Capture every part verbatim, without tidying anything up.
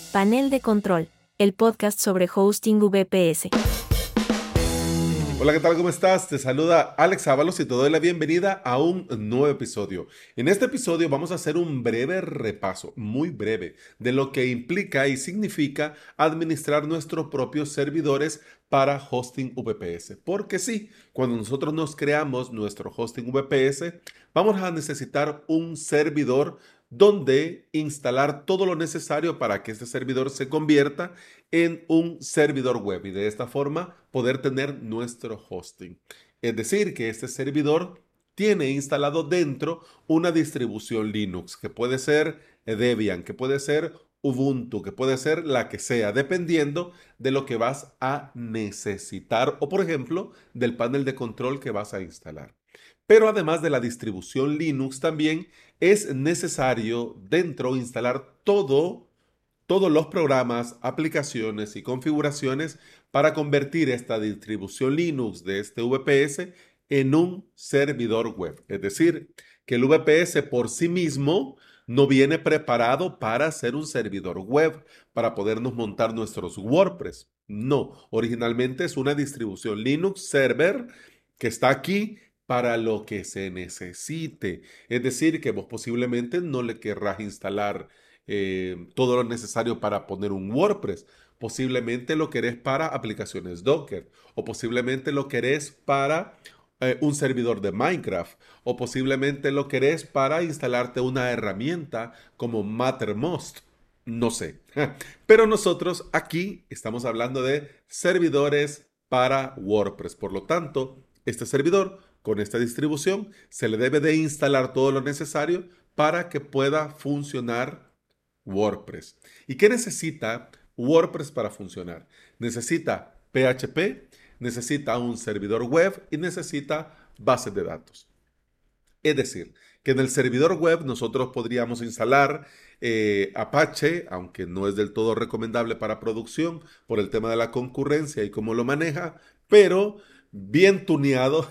Panel de Control, el podcast sobre hosting V P S. Hola, ¿qué tal? ¿Cómo estás? Te saluda Alex Ábalos y te doy la bienvenida a un nuevo episodio. En este episodio vamos a hacer un breve repaso, muy breve, de lo que implica y significa administrar nuestros propios servidores para hosting V P S. Porque sí, cuando nosotros nos creamos nuestro hosting V P S, vamos a necesitar un servidor donde instalar todo lo necesario para que este servidor se convierta en un servidor web y de esta forma poder tener nuestro hosting. Es decir, que este servidor tiene instalado dentro una distribución Linux, que puede ser Debian, que puede ser Ubuntu, que puede ser la que sea, dependiendo de lo que vas a necesitar o, por ejemplo, del panel de control que vas a instalar. Pero además de la distribución Linux, también es necesario dentro instalar todo, todos los programas, aplicaciones y configuraciones para convertir esta distribución Linux de este V P S en un servidor web. Es decir, que el V P S por sí mismo no viene preparado para ser un servidor web, para podernos montar nuestros WordPress. No, originalmente es una distribución Linux server que está aquí para lo que se necesite. Es decir, que vos posiblemente no le querrás instalar eh, todo lo necesario para poner un WordPress. Posiblemente lo querés para aplicaciones Docker o posiblemente lo querés para eh, un servidor de Minecraft o posiblemente lo querés para instalarte una herramienta como Mattermost. No sé. Pero nosotros aquí estamos hablando de servidores para WordPress. Por lo tanto, este servidor con esta distribución se le debe de instalar todo lo necesario para que pueda funcionar WordPress. ¿Y qué necesita WordPress para funcionar? Necesita P H P, necesita un servidor web y necesita bases de datos. Es decir, que en el servidor web nosotros podríamos instalar eh, Apache, aunque no es del todo recomendable para producción por el tema de la concurrencia y cómo lo maneja, pero bien tuneado,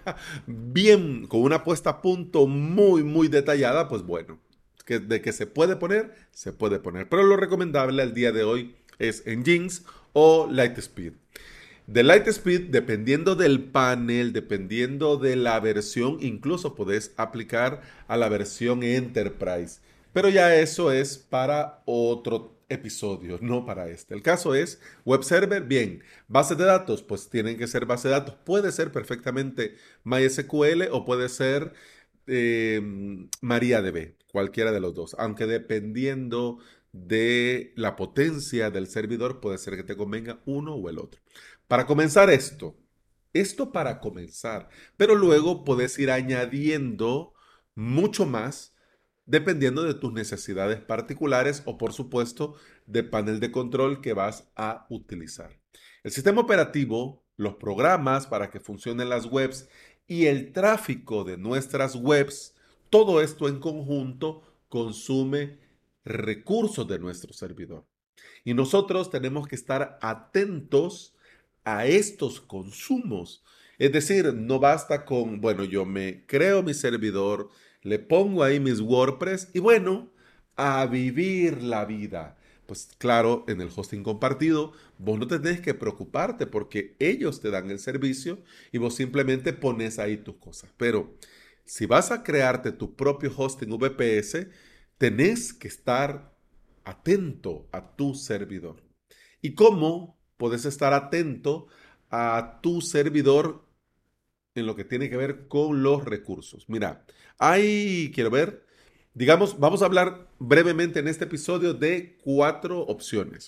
bien con una puesta a punto muy, muy detallada, pues bueno, que de que se puede poner, se puede poner. Pero lo recomendable al día de hoy es Nginx o Lightspeed. De Lightspeed, dependiendo del panel, dependiendo de la versión, incluso podés aplicar a la versión Enterprise. Pero ya eso es para otro episodio, no para este. El caso es web server, bien. Bases de datos, pues tienen que ser bases de datos. Puede ser perfectamente MySQL o puede ser eh, MariaDB, cualquiera de los dos. Aunque dependiendo de la potencia del servidor, puede ser que te convenga uno o el otro. Para comenzar esto, esto para comenzar, pero luego puedes ir añadiendo mucho más dependiendo de tus necesidades particulares o por supuesto de panel de control que vas a utilizar. El sistema operativo, los programas para que funcionen las webs y el tráfico de nuestras webs, todo esto en conjunto consume recursos de nuestro servidor. Y nosotros tenemos que estar atentos a estos consumos. Es decir, no basta con, bueno, yo me creo mi servidor, le pongo ahí mis WordPress y bueno, a vivir la vida. Pues claro, en el hosting compartido, vos no tenés que preocuparte porque ellos te dan el servicio y vos simplemente pones ahí tus cosas. Pero si vas a crearte tu propio hosting V P S, tenés que estar atento a tu servidor. ¿Y cómo puedes estar atento a tu servidor en lo que tiene que ver con los recursos? Mira, ahí quiero ver, digamos, vamos a hablar brevemente en este episodio de cuatro opciones.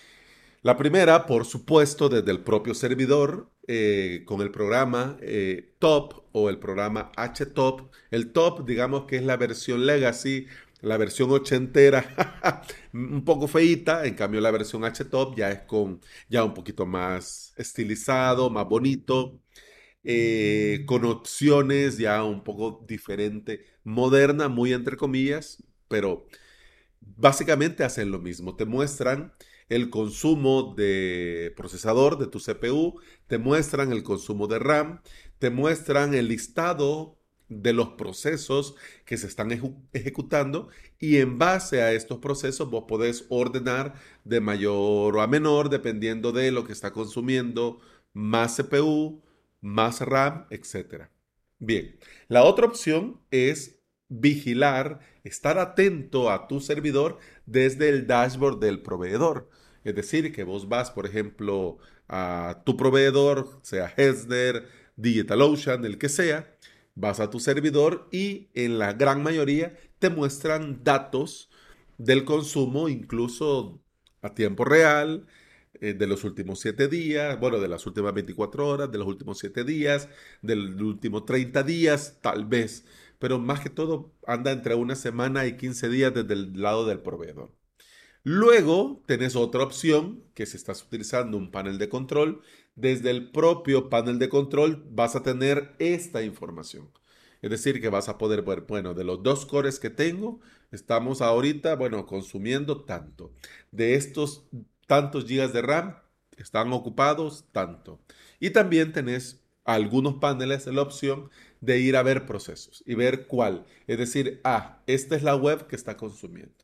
La primera, por supuesto, desde el propio servidor, eh, con el programa eh, Top o el programa H Top. El Top, digamos que es la versión Legacy, la versión ochentera, un poco feíta. En cambio, la versión H Top ya es con, ya un poquito más estilizado, más bonito, eh, con opciones ya un poco diferente, moderna, muy entre comillas, pero básicamente hacen lo mismo, te muestran el consumo de procesador de tu C P U, te muestran el consumo de RAM, te muestran el listado de los procesos que se están eju- ejecutando y en base a estos procesos vos podés ordenar de mayor a menor dependiendo de lo que está consumiendo más C P U, más RAM, etcétera. Bien, la otra opción es vigilar, estar atento a tu servidor desde el dashboard del proveedor. Es decir, que vos vas, por ejemplo, a tu proveedor, sea Hesner, DigitalOcean, el que sea, vas a tu servidor y en la gran mayoría te muestran datos del consumo, incluso a tiempo real, eh, de los últimos siete días, bueno, de las últimas veinticuatro horas, de los últimos siete días, del último treinta días, tal vez, pero más que todo anda entre una semana y quince días desde el lado del proveedor. Luego tenés otra opción que si estás utilizando un panel de control, desde el propio panel de control vas a tener esta información. Es decir, que vas a poder ver, bueno, de los dos cores que tengo, estamos ahorita, bueno, consumiendo tanto. De estos tantos gigas de RAM, están ocupados tanto. Y también tenés algunos paneles la opción de ir a ver procesos y ver cuál. Es decir, ah, esta es la web que está consumiendo.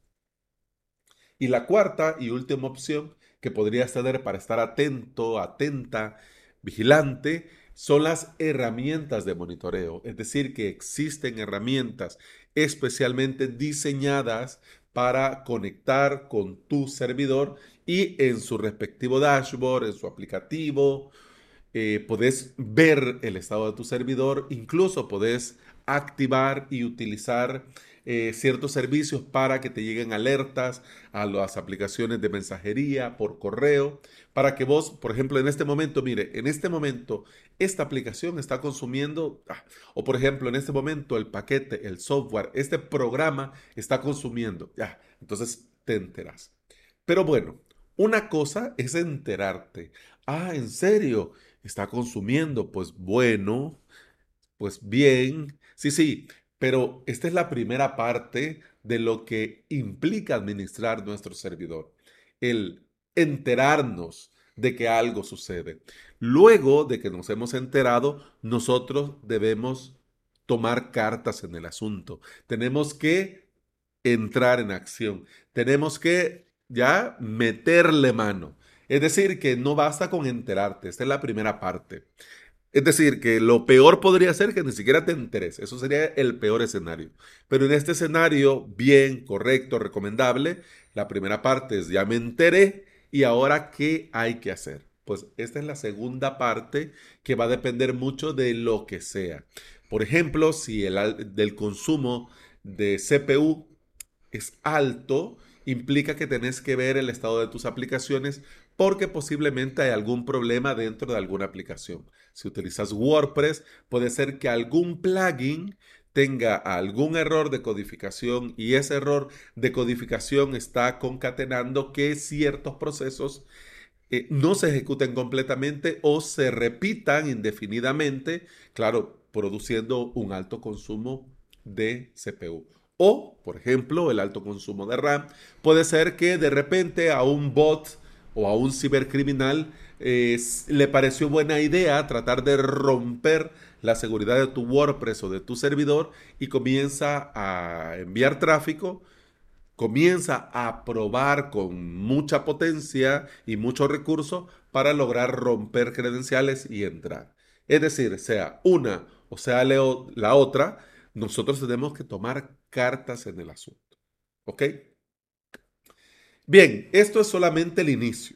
Y la cuarta y última opción que podrías tener para estar atento, atenta, vigilante, son las herramientas de monitoreo. Es decir, que existen herramientas especialmente diseñadas para conectar con tu servidor y en su respectivo dashboard, en su aplicativo, eh, podés ver el estado de tu servidor, incluso podés activar y utilizar eh, ciertos servicios para que te lleguen alertas a las aplicaciones de mensajería por correo, para que vos, por ejemplo, en este momento, mire, en este momento esta aplicación está consumiendo, ah, o por ejemplo, en este momento el paquete, el software, este programa está consumiendo, ya, entonces te enteras. Pero bueno, una cosa es enterarte. Ah, ¿en serio? ¿Está consumiendo? Pues bueno, pues bien. Sí, sí, pero esta es la primera parte de lo que implica administrar nuestro servidor. El enterarnos de que algo sucede. Luego de que nos hemos enterado, nosotros debemos tomar cartas en el asunto. Tenemos que entrar en acción. Tenemos que ya meterle mano. Es decir, que no basta con enterarte. Esta es la primera parte. Es decir, que lo peor podría ser que ni siquiera te enteres. Eso sería el peor escenario. Pero en este escenario, bien, correcto, recomendable, la primera parte es ya me enteré y ahora ¿qué hay que hacer? Pues esta es la segunda parte que va a depender mucho de lo que sea. Por ejemplo, si el del consumo de C P U es alto, implica que tenés que ver el estado de tus aplicaciones porque posiblemente hay algún problema dentro de alguna aplicación. Si utilizas WordPress, puede ser que algún plugin tenga algún error de codificación y ese error de codificación está concatenando que ciertos procesos eh, no se ejecuten completamente o se repitan indefinidamente, claro, produciendo un alto consumo de C P U. O, por ejemplo, el alto consumo de RAM. Puede ser que de repente a un bot o a un cibercriminal eh, le pareció buena idea tratar de romper la seguridad de tu WordPress o de tu servidor y comienza a enviar tráfico, comienza a probar con mucha potencia y mucho recurso para lograr romper credenciales y entrar. Es decir, sea una o sea la otra, nosotros tenemos que tomar cartas en el asunto. ¿Ok? Bien, esto es solamente el inicio.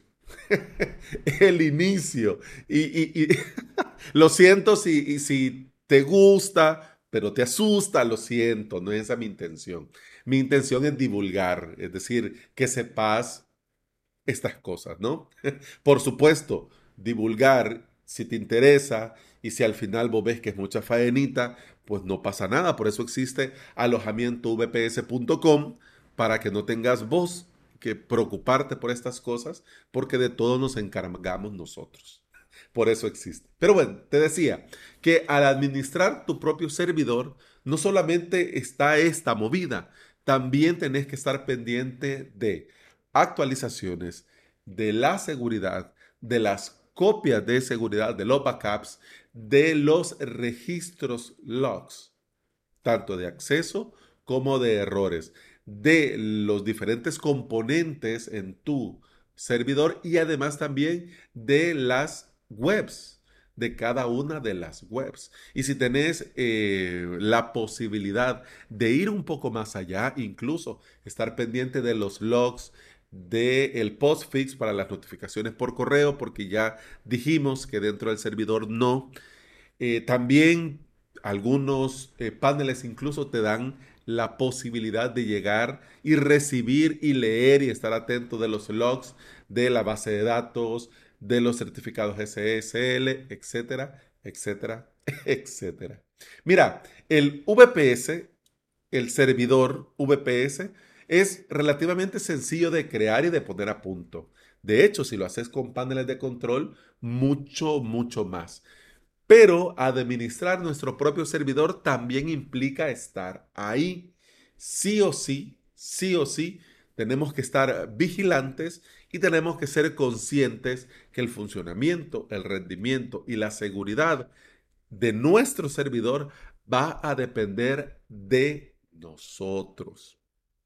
El inicio. Y, y- y lo siento si, si te gusta, pero te asusta, lo siento, no es esa mi intención. Mi intención es divulgar, es decir, que sepas estas cosas, ¿no? Por supuesto, divulgar si te interesa y si al final vos ves que es mucha faenita, pues no pasa nada. Por eso existe alojamiento v p s punto com para que no tengas vos que preocuparte por estas cosas, porque de todo nos encargamos nosotros. Por eso existe. Pero bueno, te decía que al administrar tu propio servidor, no solamente está esta movida, también tenés que estar pendiente de actualizaciones, de la seguridad, de las copias de seguridad, de los backups, de los registros logs. tanto de acceso como de errores, de los diferentes componentes en tu servidor y además también de las webs, de cada una de las webs. Y si tenés eh, la posibilidad de ir un poco más allá, incluso estar pendiente de los logs, del postfix para las notificaciones por correo, porque ya dijimos que dentro del servidor no. Eh, también algunos eh, paneles incluso te dan la posibilidad de llegar y recibir y leer y estar atento de los logs de la base de datos, de los certificados S S L, etcétera, etcétera, etcétera. Mira, el V P S, el servidor V P S, es relativamente sencillo de crear y de poner a punto. De hecho, si lo haces con paneles de control, mucho, mucho más. Pero administrar nuestro propio servidor también implica estar ahí. Sí o sí, sí o sí, tenemos que estar vigilantes y tenemos que ser conscientes que el funcionamiento, el rendimiento y la seguridad de nuestro servidor va a depender de nosotros.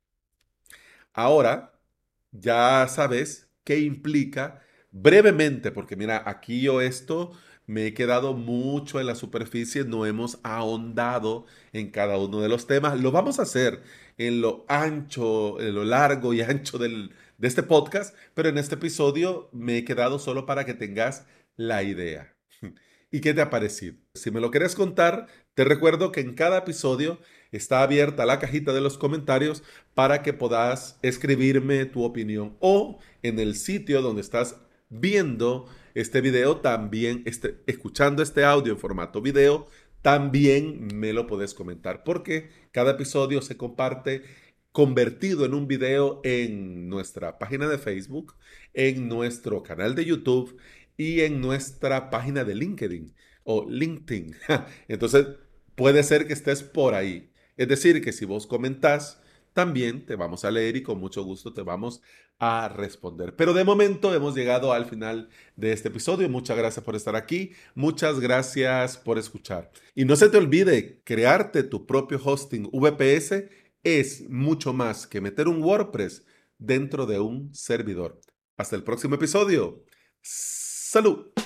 Ahora, ya sabes qué implica brevemente, porque mira, aquí yo esto me he quedado mucho en la superficie, no hemos ahondado en cada uno de los temas. Lo vamos a hacer en lo ancho, en lo largo y ancho del, de este podcast, pero en este episodio me he quedado solo para que tengas la idea. ¿Y qué te ha parecido? Si me lo quieres contar, te recuerdo que en cada episodio está abierta la cajita de los comentarios para que puedas escribirme tu opinión o en el sitio donde estás viendo este video, también este, escuchando este audio en formato video, también me lo puedes comentar porque cada episodio se comparte convertido en un video en nuestra página de Facebook, en nuestro canal de YouTube y en nuestra página de LinkedIn o LinkedIn. Entonces, puede ser que estés por ahí. Es decir, que si vos comentás, también te vamos a leer y con mucho gusto te vamos a responder. Pero de momento hemos llegado al final de este episodio. Muchas gracias por estar aquí. Muchas gracias por escuchar. Y no se te olvide, crearte tu propio hosting V P S es mucho más que meter un WordPress dentro de un servidor. Hasta el próximo episodio. Salud.